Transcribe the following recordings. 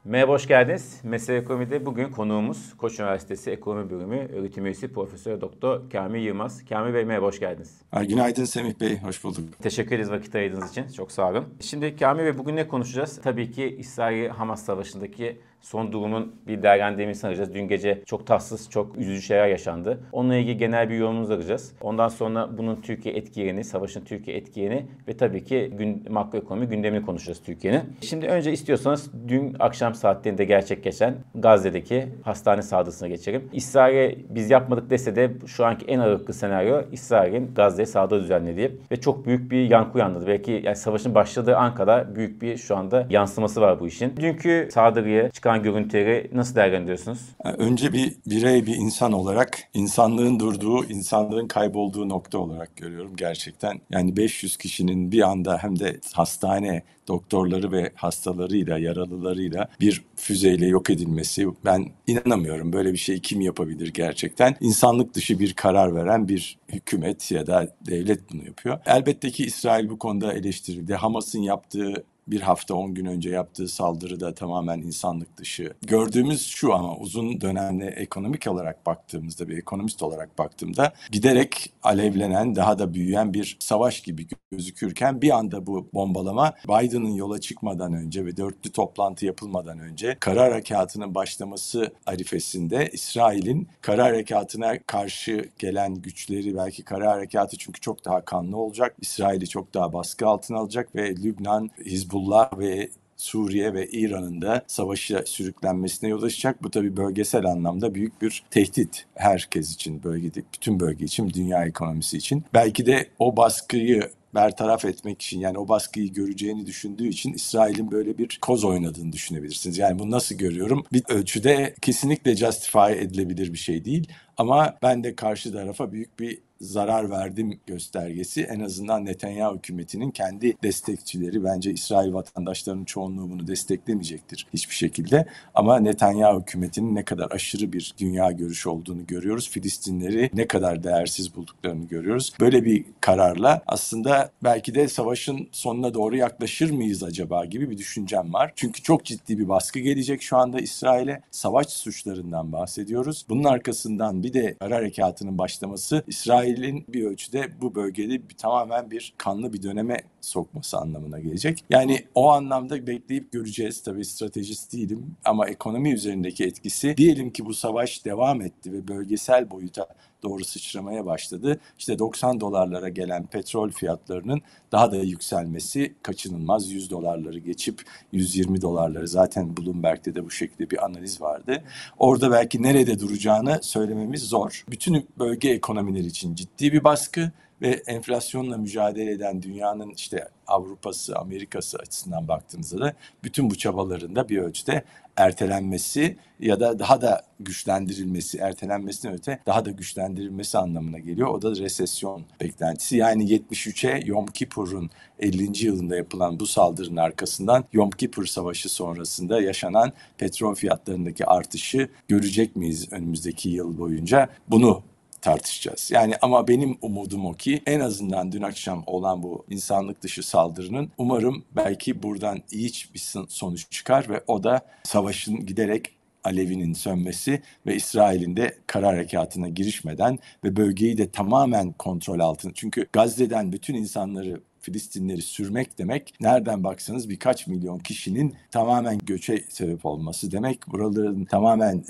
Merhaba, hoş geldiniz. Mesele Ekonomi'de bugün konuğumuz Koç Üniversitesi Ekonomi Bölümü Öğretim Üyesi Profesör Doktor Kamil Yılmaz. Kamil Bey merhaba, hoş geldiniz. Günaydın Semih Bey, hoş bulduk. Teşekkür ederiz vakit ayırdığınız için. Çok sağ olun. Şimdi Kamil Bey bugün ne konuşacağız? Tabii ki İsrail-Hamas Savaşı'ndaki son durumun bir değerlendirmesini alacağız. Dün gece çok tatsız, çok üzücü şeyler yaşandı. Onunla ilgili genel bir yorumunuzu alacağız. Ondan sonra bunun Türkiye etkilerini, savaşın Türkiye etkilerini ve tabii ki makroekonomi gündemini konuşacağız Türkiye'nin. Şimdi önce istiyorsanız dün akşam saatlerinde gerçekleşen Gazze'deki hastane saldırısına geçelim. İsrail'e biz yapmadık dese de şu anki en ağırlıklı senaryo İsrail'in Gazze'ye saldırı düzenlediği ve çok büyük bir yankı uyandırdı. Belki yani savaşın başladığı an kadar büyük bir şu anda yansıması var bu işin. Dünkü saldırıya çıkan görüntüleri nasıl değerlendiriyorsunuz? Önce bir birey, bir insan olarak insanlığın durduğu, insanlığın kaybolduğu nokta olarak görüyorum gerçekten. Yani 500 kişinin bir anda hem de hastane doktorları ve hastalarıyla, yaralılarıyla bir füzeyle yok edilmesi, ben inanamıyorum. Böyle bir şeyi kim yapabilir gerçekten? İnsanlık dışı bir karar veren bir hükümet ya da devlet bunu yapıyor. Elbette ki İsrail bu konuda eleştirildi. Hamas'ın yaptığı bir hafta 10 gün önce yaptığı saldırı da tamamen insanlık dışı. Gördüğümüz şu, ama uzun dönemde ekonomik olarak baktığımızda, bir ekonomist olarak baktığımda giderek alevlenen, daha da büyüyen bir savaş gibi gözükürken bir anda bu bombalama Biden'ın yola çıkmadan önce ve dörtlü toplantı yapılmadan önce kara harekatının başlaması arifesinde İsrail'in kara harekatına karşı gelen güçleri, belki kara harekatı çünkü çok daha kanlı olacak, İsrail'i çok daha baskı altına alacak ve Lübnan, Hizbullah ve Suriye ve İran'ın da savaşa sürüklenmesine yol açacak. Bu tabii bölgesel anlamda büyük bir tehdit herkes için, bölgede, bütün bölge için, dünya ekonomisi için. Belki de o baskıyı bertaraf etmek için, yani o baskıyı göreceğini düşündüğü için İsrail'in böyle bir koz oynadığını düşünebilirsiniz. Yani bunu nasıl görüyorum? Bir ölçüde kesinlikle justify edilebilir bir şey değil. Ama ben de karşı tarafa büyük bir zarar verdim göstergesi. En azından Netanyahu hükümetinin kendi destekçileri, bence İsrail vatandaşlarının çoğunluğu bunu desteklemeyecektir hiçbir şekilde. Ama Netanyahu hükümetinin ne kadar aşırı bir dünya görüşü olduğunu görüyoruz. Filistinleri ne kadar değersiz bulduklarını görüyoruz. Böyle bir kararla aslında belki de savaşın sonuna doğru yaklaşır mıyız acaba gibi bir düşüncem var. Çünkü çok ciddi bir baskı gelecek şu anda İsrail'e. Savaş suçlarından bahsediyoruz. Bunun arkasından bir de kara harekatının başlaması İsrail'in bir ölçüde bu bölgede tamamen bir kanlı bir döneme sokması anlamına gelecek. Yani o anlamda bekleyip göreceğiz. Tabii stratejist değilim ama ekonomi üzerindeki etkisi, diyelim ki bu savaş devam etti ve bölgesel boyuta doğru sıçramaya başladı. İşte 90 dolarlara gelen petrol fiyatlarının daha da yükselmesi kaçınılmaz. 100 dolarları geçip 120 dolarları, zaten Bloomberg'de de bu şekilde bir analiz vardı. Orada belki nerede duracağını söylememiz zor. Bütün bölge ekonomileri için ciddi bir baskı ve enflasyonla mücadele eden dünyanın, işte Avrupa'sı, Amerika'sı açısından baktığımızda da bütün bu çabalarında bir ölçüde ertelenmesi ya da daha da güçlendirilmesi, ertelenmesinden öte daha da güçlendirilmesi anlamına geliyor. O da resesyon beklentisi. Yani 73'e Yom Kippur'un 50. yılında yapılan bu saldırının arkasından Yom Kippur Savaşı sonrasında yaşanan petrol fiyatlarındaki artışı görecek miyiz önümüzdeki yıl boyunca? Bunu tartışacağız. Yani ama benim umudum o ki en azından dün akşam olan bu insanlık dışı saldırının, umarım belki buradan iyi bir sonuç çıkar ve o da savaşın giderek alevinin sönmesi ve İsrail'in de kara harekatına girişmeden ve bölgeyi de tamamen kontrol altına. Çünkü Gazze'den bütün insanları, Filistinleri sürmek demek, nereden baksanız birkaç milyon kişinin tamamen göçe sebep olması demek. Buraların tamamen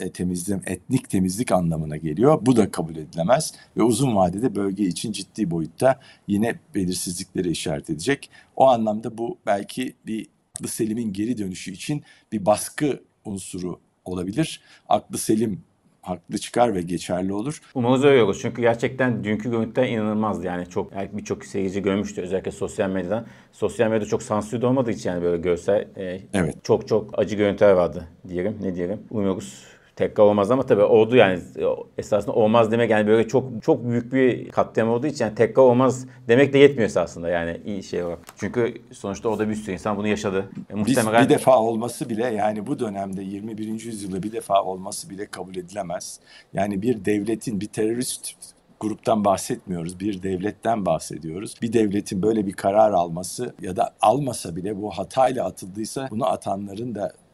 etnik temizlik anlamına geliyor. Bu da kabul edilemez ve uzun vadede bölge için ciddi boyutta yine belirsizlikleri işaret edecek. O anlamda bu belki bir aklı selimin geri dönüşü için bir baskı unsuru olabilir. Aklı selim haklı çıkar ve geçerli olur. Umarız öyle olur. Çünkü gerçekten dünkü görüntüler inanılmazdı. Yani birçok seyirci görmüştü özellikle sosyal medyadan. Sosyal medyada çok sansür de olmadığı için yani böyle görsel Evet. çok acı görüntüler vardı diyelim. Ne diyelim? Umuyoruz tekrar olmaz ama tabii oldu yani. Esasında olmaz demek yani böyle çok büyük bir katliam olduğu için yani tekrar olmaz demek de yetmiyor esasında yani iyi şey olarak. Çünkü sonuçta orada bir sürü insan bunu yaşadı. Muhtemelen bir defa olması bile, yani bu dönemde 21. yüzyılda bir defa olması bile kabul edilemez. Yani bir devletin, bir terörist gruptan bahsetmiyoruz, bir devletten bahsediyoruz. Bir devletin böyle bir karar alması ya da almasa bile bu hatayla atıldıysa bunu atanların da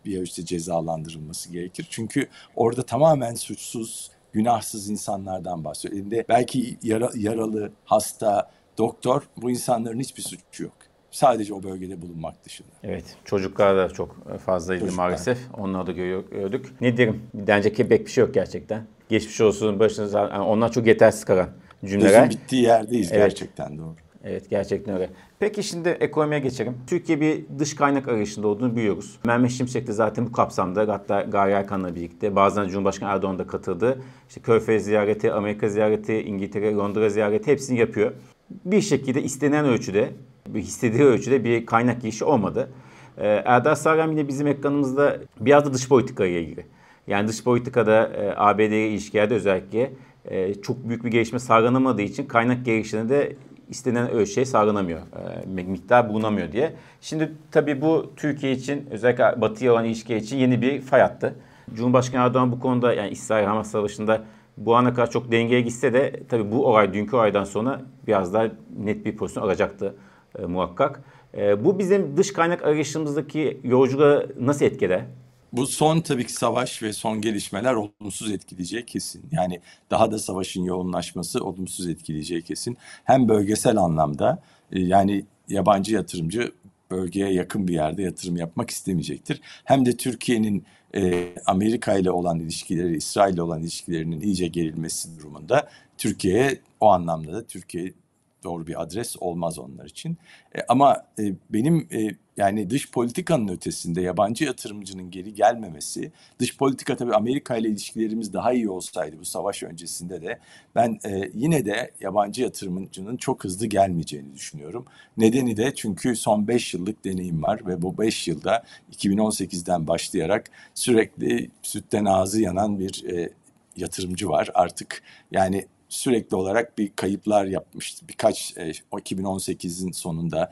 bir ölçüde cezalandırılması gerekir. Çünkü orada tamamen suçsuz, günahsız insanlardan bahsediyor. Elinde belki yaralı, hasta, doktor, bu insanların hiçbir suçu yok. Sadece o bölgede bulunmak dışında. Evet, çocuklar da çok fazlaydı Çocuklar. maalesef. Onları da gördük. Ne derim? Denecek pek bir şey yok gerçekten. Geçmiş olsun başınıza. Yani onlar çok yetersiz kalan cümleler. Sözün bittiği yerdeyiz, Evet. gerçekten doğru. Evet, gerçekten öyle. Peki şimdi ekonomiye geçelim. Türkiye bir dış kaynak arayışında olduğunu biliyoruz. Mehmet Şimşek de zaten bu kapsamda, hatta Gaye Erkan'la birlikte bazen Cumhurbaşkanı Erdoğan da katıldı. İşte Körfez ziyareti, Amerika ziyareti, İngiltere, Londra ziyareti hepsini yapıyor. Bir şekilde istenen ölçüde, istediği ölçüde bir kaynak girişi olmadı. Erdal Sarram yine bizim ekranımızda biraz da dış politikayla ilgili. Yani dış politikada ABD'ye ilişkilerde özellikle çok büyük bir gelişme sağlanamadığı için kaynak girişine de istenen ölçüye sağlanamıyor, miktar bulunamıyor diye. Şimdi tabii bu Türkiye için, özellikle Batı'ya olan ilişki için yeni bir fay attı. Cumhurbaşkanı Erdoğan bu konuda, yani İsrail-Hamas savaşında bu ana kadar çok dengeye gitse de tabii bu olay, dünkü olaydan sonra biraz daha net bir pozisyon alacaktı muhakkak. Bu bizim dış kaynak arayışımızdaki yolculuğa nasıl etkiler? Bu son tabii ki savaş ve son gelişmeler olumsuz etkileyeceği kesin. Yani daha da savaşın yoğunlaşması olumsuz etkileyeceği kesin. Hem bölgesel anlamda yani yabancı yatırımcı bölgeye yakın bir yerde yatırım yapmak istemeyecektir. Hem de Türkiye'nin Amerika ile olan ilişkileri, İsrail ile olan ilişkilerinin iyice gerilmesi durumunda Türkiye'ye, o anlamda da Türkiye doğru bir adres olmaz onlar için. Ama benim yani dış politikanın ötesinde yabancı yatırımcının geri gelmemesi, dış politika tabii Amerika ile ilişkilerimiz daha iyi olsaydı bu savaş öncesinde de ben yine de yabancı yatırımcının çok hızlı gelmeyeceğini düşünüyorum. Nedeni de çünkü son 5 yıllık deneyim var ve bu 5 yılda 2018'den başlayarak sürekli sütten ağzı yanan bir yatırımcı var. Artık yani sürekli olarak bir kayıplar yapmıştı. Birkaç o 2018'in sonunda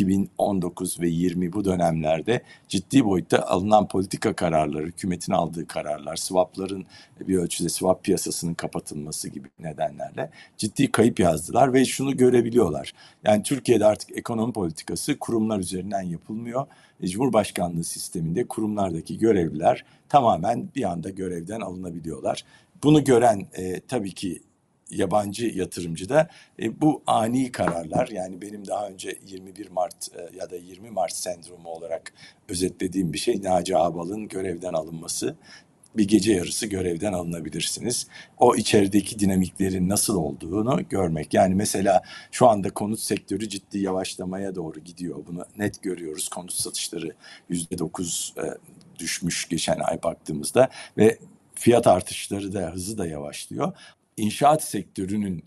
2019 ve 20 bu dönemlerde ciddi boyutta alınan politika kararları, hükümetin aldığı kararlar, swapların bir ölçüde swap piyasasının kapatılması gibi nedenlerle ciddi kayıp yazdılar ve şunu görebiliyorlar. Yani Türkiye'de artık ekonomi politikası kurumlar üzerinden yapılmıyor. Cumhurbaşkanlığı sisteminde kurumlardaki görevliler tamamen bir anda görevden alınabiliyorlar. Bunu gören tabii ki yabancı yatırımcı da bu ani kararlar, yani benim daha önce 21 Mart ya da 20 Mart sendromu olarak özetlediğim bir şey, Naci Ağbal'ın görevden alınması. Bir gece yarısı görevden alınabilirsiniz. O içerideki dinamiklerin nasıl olduğunu görmek. Yani mesela şu anda konut sektörü ciddi yavaşlamaya doğru gidiyor. Bunu net görüyoruz. Konut satışları %9 düşmüş geçen ay baktığımızda ve fiyat artışları da, hızı da yavaşlıyor. İnşaat sektörünün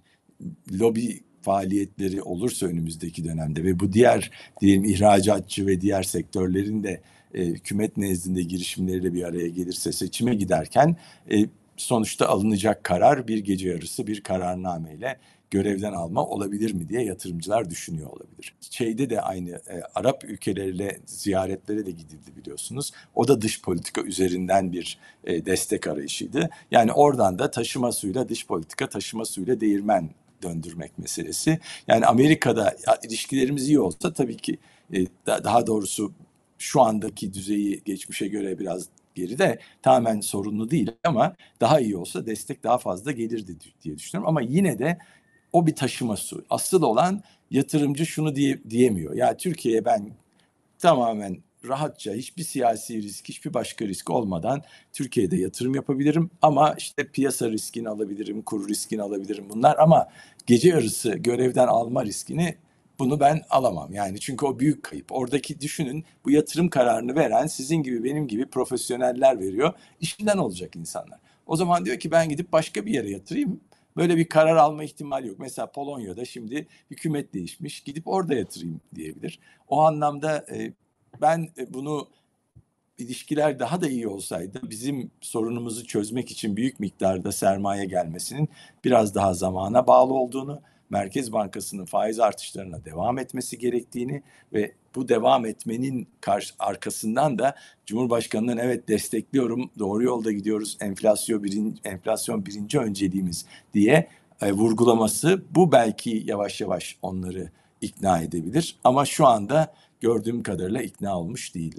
lobi faaliyetleri olursa önümüzdeki dönemde ve bu diğer diyelim ihracatçı ve diğer sektörlerin de hükümet nezdinde girişimleriyle bir araya gelirse seçime giderken sonuçta alınacak karar bir gece yarısı bir kararnameyle görevden alma olabilir mi diye yatırımcılar düşünüyor olabilir. Şeyde de aynı Arap ülkeleriyle ziyaretlere de gidildi biliyorsunuz. O da dış politika üzerinden bir destek arayışıydı. Yani oradan da taşıma suyla dış politika, taşıma suyla değirmen döndürmek meselesi. Yani Amerika'da ilişkilerimiz iyi olsa tabii ki daha doğrusu şu andaki düzeyi geçmişe göre biraz geride, tamamen sorunlu değil ama daha iyi olsa destek daha fazla gelirdi diye düşünüyorum. Ama yine de o bir taşıma su. Asıl olan yatırımcı şunu diyemiyor. Ya Türkiye'ye ben tamamen rahatça, hiçbir siyasi risk, hiçbir başka risk olmadan Türkiye'de yatırım yapabilirim. Ama işte piyasa riskini alabilirim, kur riskini alabilirim bunlar. Ama gece yarısı görevden alma riskini, bunu ben alamam. Yani çünkü o büyük kayıp. Oradaki düşünün, bu yatırım kararını veren sizin gibi benim gibi profesyoneller veriyor. İşinden olacak insanlar. O zaman diyor ki ben gidip başka bir yere yatırayım. Böyle bir karar alma ihtimali yok. Mesela Polonya'da şimdi hükümet değişmiş. Gidip orada yatırayım diyebilir. O anlamda ben bunu, ilişkiler daha da iyi olsaydı bizim sorunumuzu çözmek için büyük miktarda sermaye gelmesinin biraz daha zamana bağlı olduğunu, Merkez Bankası'nın faiz artışlarına devam etmesi gerektiğini ve bu devam etmenin arkasından da Cumhurbaşkanı'nın evet destekliyorum, doğru yolda gidiyoruz, enflasyon birinci önceliğimiz diye vurgulaması, bu belki yavaş yavaş onları ikna edebilir. Ama şu anda gördüğüm kadarıyla ikna olmuş değiller.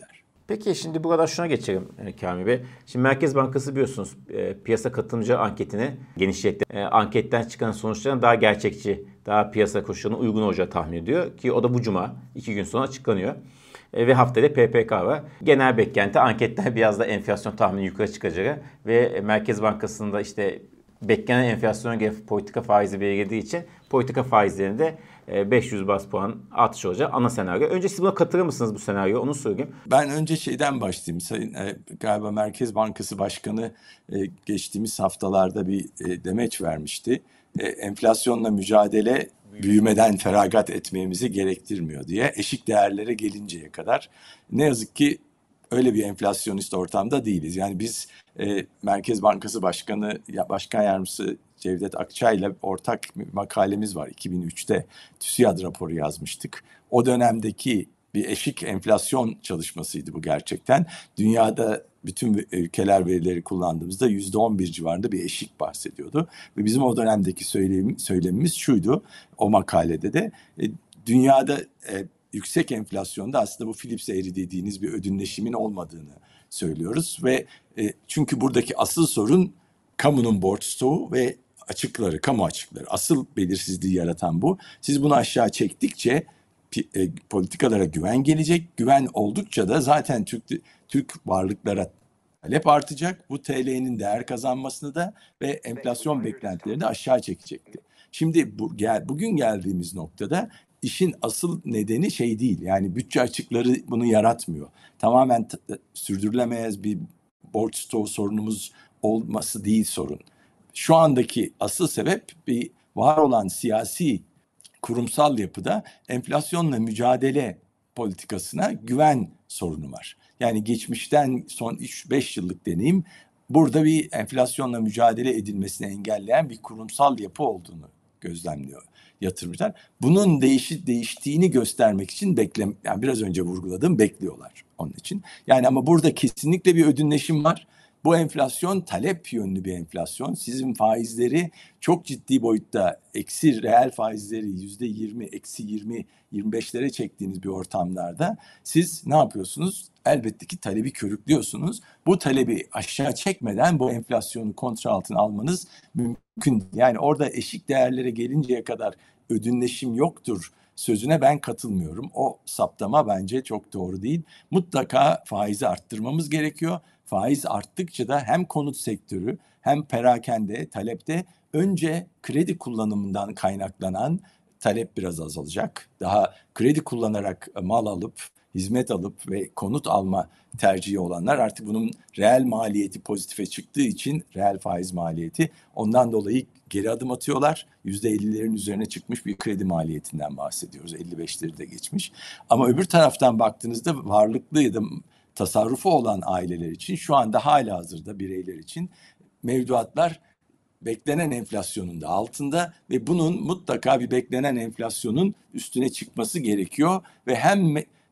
Peki şimdi bu kadar şuna geçelim Kamil Bey. Şimdi Merkez Bankası biliyorsunuz piyasa katılımcı anketini genişletti. Anketten çıkan sonuçların daha gerçekçi, daha piyasa koşullarına uygun olacağı tahmin ediyor. Ki o da bu cuma 2 gün sonra açıklanıyor. Ve haftaya PPK var. Genel beklenti anketler biraz da enflasyon tahmini yukarı çıkacağı ve Merkez Bankası'nda işte beklenen enflasyona göre politika faizi belirlediği için politika faizlerinde 500 bas puan artış olacak ana senaryo. Önce siz buna katılır mısınız bu senaryo? Onu sorayım. Ben önce şeyden başlayayım. Sayın galiba Merkez Bankası Başkanı geçtiğimiz haftalarda bir demeç vermişti. Enflasyonla mücadele büyümeden feragat etmemizi gerektirmiyor diye, eşik değerlere gelinceye kadar. Ne yazık ki öyle bir enflasyonist ortamda değiliz. Yani biz Merkez Bankası Başkanı, Başkan Yardımcısı Cevdet Akçay'la ortak makalemiz var. 2003'te TÜSİAD raporu yazmıştık. O dönemdeki bir eşik enflasyon çalışmasıydı bu gerçekten. Dünyada bütün ülkeler verileri kullandığımızda %11 civarında bir eşik bahsediyordu. Ve bizim o dönemdeki söylemimiz şuydu, o makalede de dünyada yüksek enflasyonda aslında bu Phillips eğri dediğiniz bir ödünleşimin olmadığını söylüyoruz. Ve çünkü buradaki asıl sorun kamunun borç stoğu ve açıkları, kamu açıkları. Asıl belirsizliği yaratan bu. Siz bunu aşağı çektikçe politikalara güven gelecek. Güven oldukça da zaten Türk varlıklara talep artacak. Bu TL'nin değer kazanmasını da ve enflasyon beklentilerini de aşağı çekecekti. Şimdi bugün geldiğimiz noktada işin asıl nedeni şey değil. Yani bütçe açıkları bunu yaratmıyor. Tamamen sürdürülemez bir borç stoğu sorunumuz olması değil sorun. Şu andaki asıl sebep bir var olan siyasi kurumsal yapıda enflasyonla mücadele politikasına güven sorunu var. Yani geçmişten son 3-5 yıllık deneyim burada bir enflasyonla mücadele edilmesini engelleyen bir kurumsal yapı olduğunu gözlemliyor yatırımcılar. Bunun değiştiğini göstermek için yani biraz önce vurguladığım bekliyorlar onun için. Yani ama burada kesinlikle bir ödünleşim var. Bu enflasyon talep yönlü bir enflasyon. Sizin faizleri çok ciddi boyutta eksi reel faizleri %20, eksi 20, 25'lere çektiğiniz bir ortamlarda siz ne yapıyorsunuz? Elbette ki talebi körüklüyorsunuz. Bu talebi aşağı çekmeden bu enflasyonu kontrol altına almanız mümkün. Yani orada eşik değerlere gelinceye kadar ödünleşim yoktur sözüne ben katılmıyorum. O saptama bence çok doğru değil. Mutlaka faizi arttırmamız gerekiyor. Faiz arttıkça da hem konut sektörü hem perakende, talepte önce kredi kullanımından kaynaklanan talep biraz azalacak. Daha kredi kullanarak mal alıp, hizmet alıp ve konut alma tercihi olanlar artık bunun reel maliyeti pozitife çıktığı için reel faiz maliyeti ondan dolayı geri adım atıyorlar. %50'lerin üzerine çıkmış bir kredi maliyetinden bahsediyoruz. 55'leri de geçmiş. Ama öbür taraftan baktığınızda varlıklı ya da tasarrufu olan aileler için şu anda halihazırda bireyler için mevduatlar beklenen enflasyonun da altında ve bunun mutlaka bir beklenen enflasyonun üstüne çıkması gerekiyor ve hem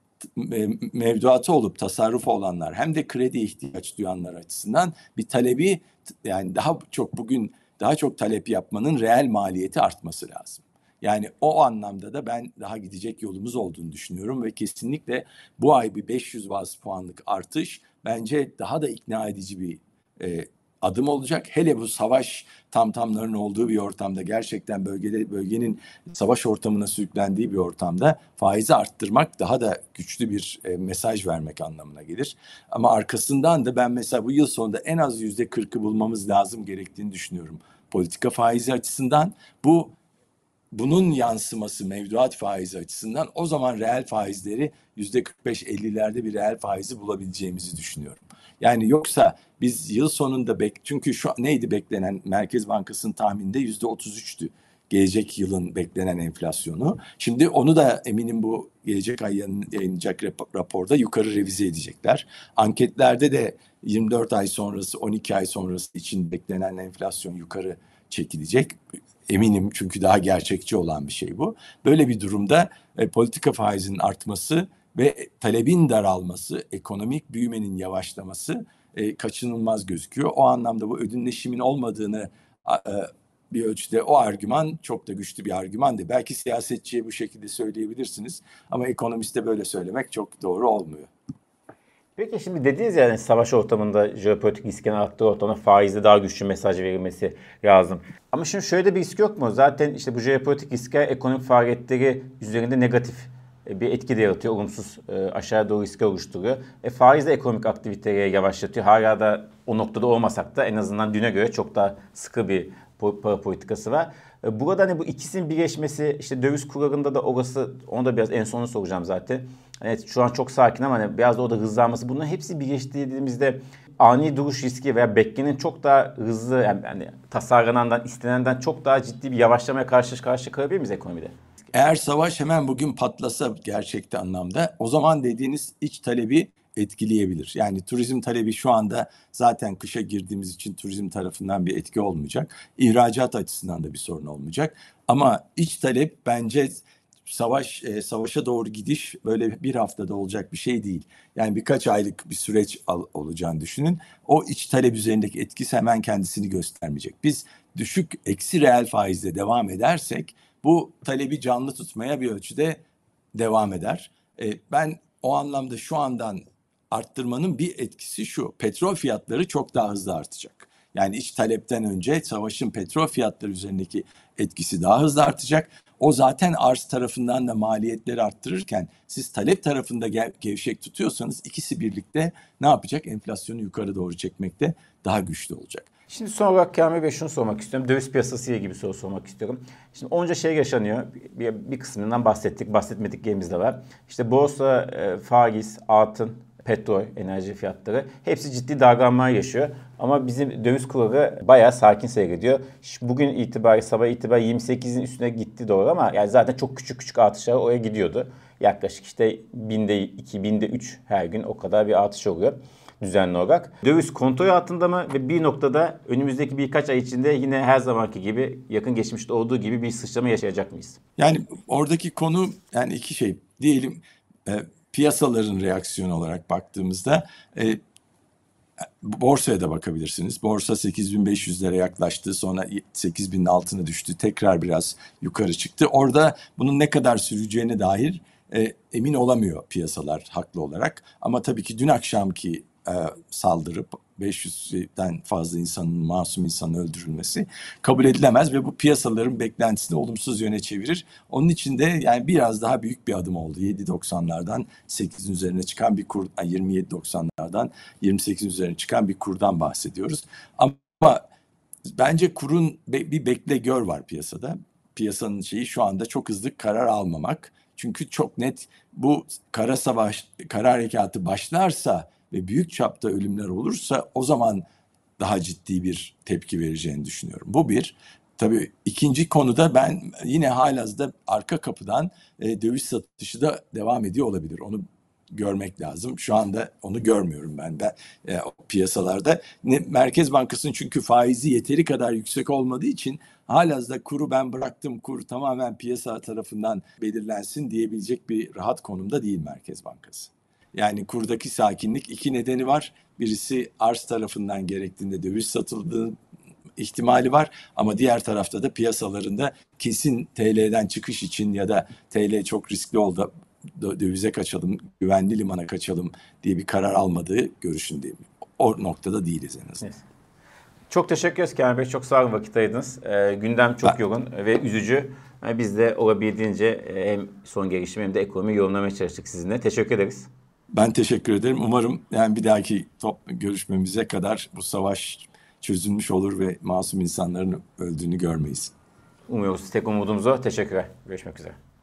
mevduatı olup tasarrufu olanlar hem de kredi ihtiyaç duyanlar açısından bir talebi yani daha çok talep yapmanın reel maliyeti artması lazım. Yani o anlamda da ben daha gidecek yolumuz olduğunu düşünüyorum ve kesinlikle bu ay bir 500 baz puanlık artış bence daha da ikna edici bir adım olacak. Hele bu savaş tamtamların olduğu bir ortamda gerçekten bölgenin savaş ortamına sürüklendiği bir ortamda faizi arttırmak daha da güçlü bir mesaj vermek anlamına gelir. Ama arkasından da ben mesela bu yıl sonunda en az %40'ı bulmamız lazım gerektiğini düşünüyorum. Politika faizi açısından bunun yansıması mevduat faizi açısından o zaman reel faizleri %45-50'lerde bir reel faizi bulabileceğimizi düşünüyorum. Yani yoksa biz yıl sonunda çünkü şu neydi beklenen Merkez Bankası'nın tahmininde %33'tü gelecek yılın beklenen enflasyonu. Şimdi onu da eminim bu gelecek ay yayınlanacak raporda yukarı revize edecekler. Anketlerde de 24 ay sonrası 12 ay sonrası için beklenen enflasyon yukarı çekilecek. Eminim çünkü daha gerçekçi olan bir şey bu. Böyle bir durumda politika faizinin artması ve talebin daralması, ekonomik büyümenin yavaşlaması kaçınılmaz gözüküyor. O anlamda bu ödünleşimin olmadığını bir ölçüde o argüman çok da güçlü bir argüman değil. Belki siyasetçiye bu şekilde söyleyebilirsiniz ama ekonomiste böyle söylemek çok doğru olmuyor. Peki şimdi dediniz ya, yani savaş ortamında jeopolitik riskin arttığı ortamda faizde daha güçlü mesaj verilmesi lazım. Ama şimdi şöyle de bir risk yok mu? Zaten işte bu jeopolitik riskler ekonomik faaliyetleri üzerinde negatif bir etki de yaratıyor. Olumsuz aşağı doğru riski oluşturuyor. Faiz de ekonomik aktiviteyi yavaşlatıyor. Hala da o noktada olmasak da en azından düne göre çok daha sıkı bir para politikası var. Burada hani bu ikisinin birleşmesi, işte döviz kurlarında da orası, onu da biraz en sonunu soracağım zaten. Evet, şu an çok sakin ama hani biraz da o da hızlanması, bunların hepsi birleştirdiğimizde ani duruş riski veya beklenenin çok daha hızlı, yani tasarlanandan, istenenden çok daha ciddi bir yavaşlamaya karşı kalabilir miyiz ekonomide? Eğer savaş hemen bugün patlasa gerçekte anlamda, o zaman dediğiniz iç talebi etkileyebilir. Yani turizm talebi şu anda zaten kışa girdiğimiz için turizm tarafından bir etki olmayacak. İhracat açısından da bir sorun olmayacak. Ama iç talep bence savaşa doğru gidiş böyle bir haftada olacak bir şey değil. Yani birkaç aylık bir süreç olacağını düşünün. O iç talep üzerindeki etkisi hemen kendisini göstermeyecek. Biz düşük eksi reel faizle devam edersek bu talebi canlı tutmaya bir ölçüde devam eder. Ben o anlamda şu andan arttırmanın bir etkisi şu: petrol fiyatları çok daha hızlı artacak. Yani iç talepten önce savaşın petrol fiyatları üzerindeki etkisi daha hızlı artacak. O zaten arz tarafından da maliyetleri arttırırken siz talep tarafında gevşek tutuyorsanız ikisi birlikte ne yapacak? Enflasyonu yukarı doğru çekmekte daha güçlü olacak. Şimdi son olarak Kamil Bey şunu sormak istiyorum. Döviz piyasası ile ilgili bir soru sormak istiyorum. Şimdi onca şey yaşanıyor. Bir kısmından bahsettik, bahsetmediklerimiz de var. İşte borsa, faiz, altın, petrol, enerji fiyatları hepsi ciddi dalgalanma yaşıyor. Ama bizim döviz kurları bayağı sakin seyrediyor. Bugün itibariyle, sabah itibariyle 28'in üstüne gitti doğru ama yani zaten çok küçük küçük artışlar oraya gidiyordu. Yaklaşık işte binde 2, binde 3 her gün o kadar bir artış oluyor düzenli olarak. Döviz kontrol altında mı ve bir noktada önümüzdeki birkaç ay içinde yine her zamanki gibi, yakın geçmişte olduğu gibi bir sıçrama yaşayacak mıyız? Yani oradaki konu, yani iki şey. Diyelim piyasaların reaksiyonu olarak baktığımızda borsaya da bakabilirsiniz. Borsa 8.500'lere yaklaştı, sonra 8.000'in altına düştü, tekrar biraz yukarı çıktı. Orada bunun ne kadar süreceğine dair emin olamıyor piyasalar haklı olarak. Ama tabii ki dün akşamki saldırı, 500'den fazla masum insanın öldürülmesi kabul edilemez ve bu piyasaların beklentisini olumsuz yöne çevirir. Onun için de yani biraz daha büyük bir adım oldu. 7.90'lardan 8'in üzerine çıkan bir kur, 27.90'lardan 28'in üzerine çıkan bir kurdan bahsediyoruz. Ama bence kurun bir bekle gör var piyasada. Piyasanın şeyi şu anda çok hızlı karar almamak. Çünkü çok net, bu kara harekatı başlarsa ve büyük çapta ölümler olursa o zaman daha ciddi bir tepki vereceğini düşünüyorum. Bu bir. Tabii ikinci konuda ben yine halihazırda arka kapıdan döviz satışı da devam ediyor olabilir. Onu görmek lazım. Şu anda onu görmüyorum ben de piyasalarda. Merkez Bankası'nın çünkü faizi yeteri kadar yüksek olmadığı için halihazırda kuru ben bıraktım, kur tamamen piyasa tarafından belirlensin diyebilecek bir rahat konumda değil Merkez Bankası. Yani kurdaki sakinlik iki nedeni var. Birisi arz tarafından gerektiğinde döviz satıldığı ihtimali var. Ama diğer tarafta da piyasalarında kesin TL'den çıkış için ya da TL çok riskli oldu, dövize kaçalım, güvenli limana kaçalım diye bir karar almadığı görüşündeyim. O noktada değiliz en azından. Evet. Çok teşekkür ederiz Kamil Bey. Çok sağ olun, vakit ayırdınız. Gündem çok yoğun ve üzücü. Biz de olabildiğince hem son gelişimi hem de ekonomiyi yorumlamaya çalıştık sizinle. Teşekkür ederiz. Ben teşekkür ederim. Umarım yani bir dahaki görüşmemize kadar bu savaş çözülmüş olur ve masum insanların öldüğünü görmeyiz. Umuyoruz. Tek umudumuz o. Teşekkürler. Görüşmek üzere.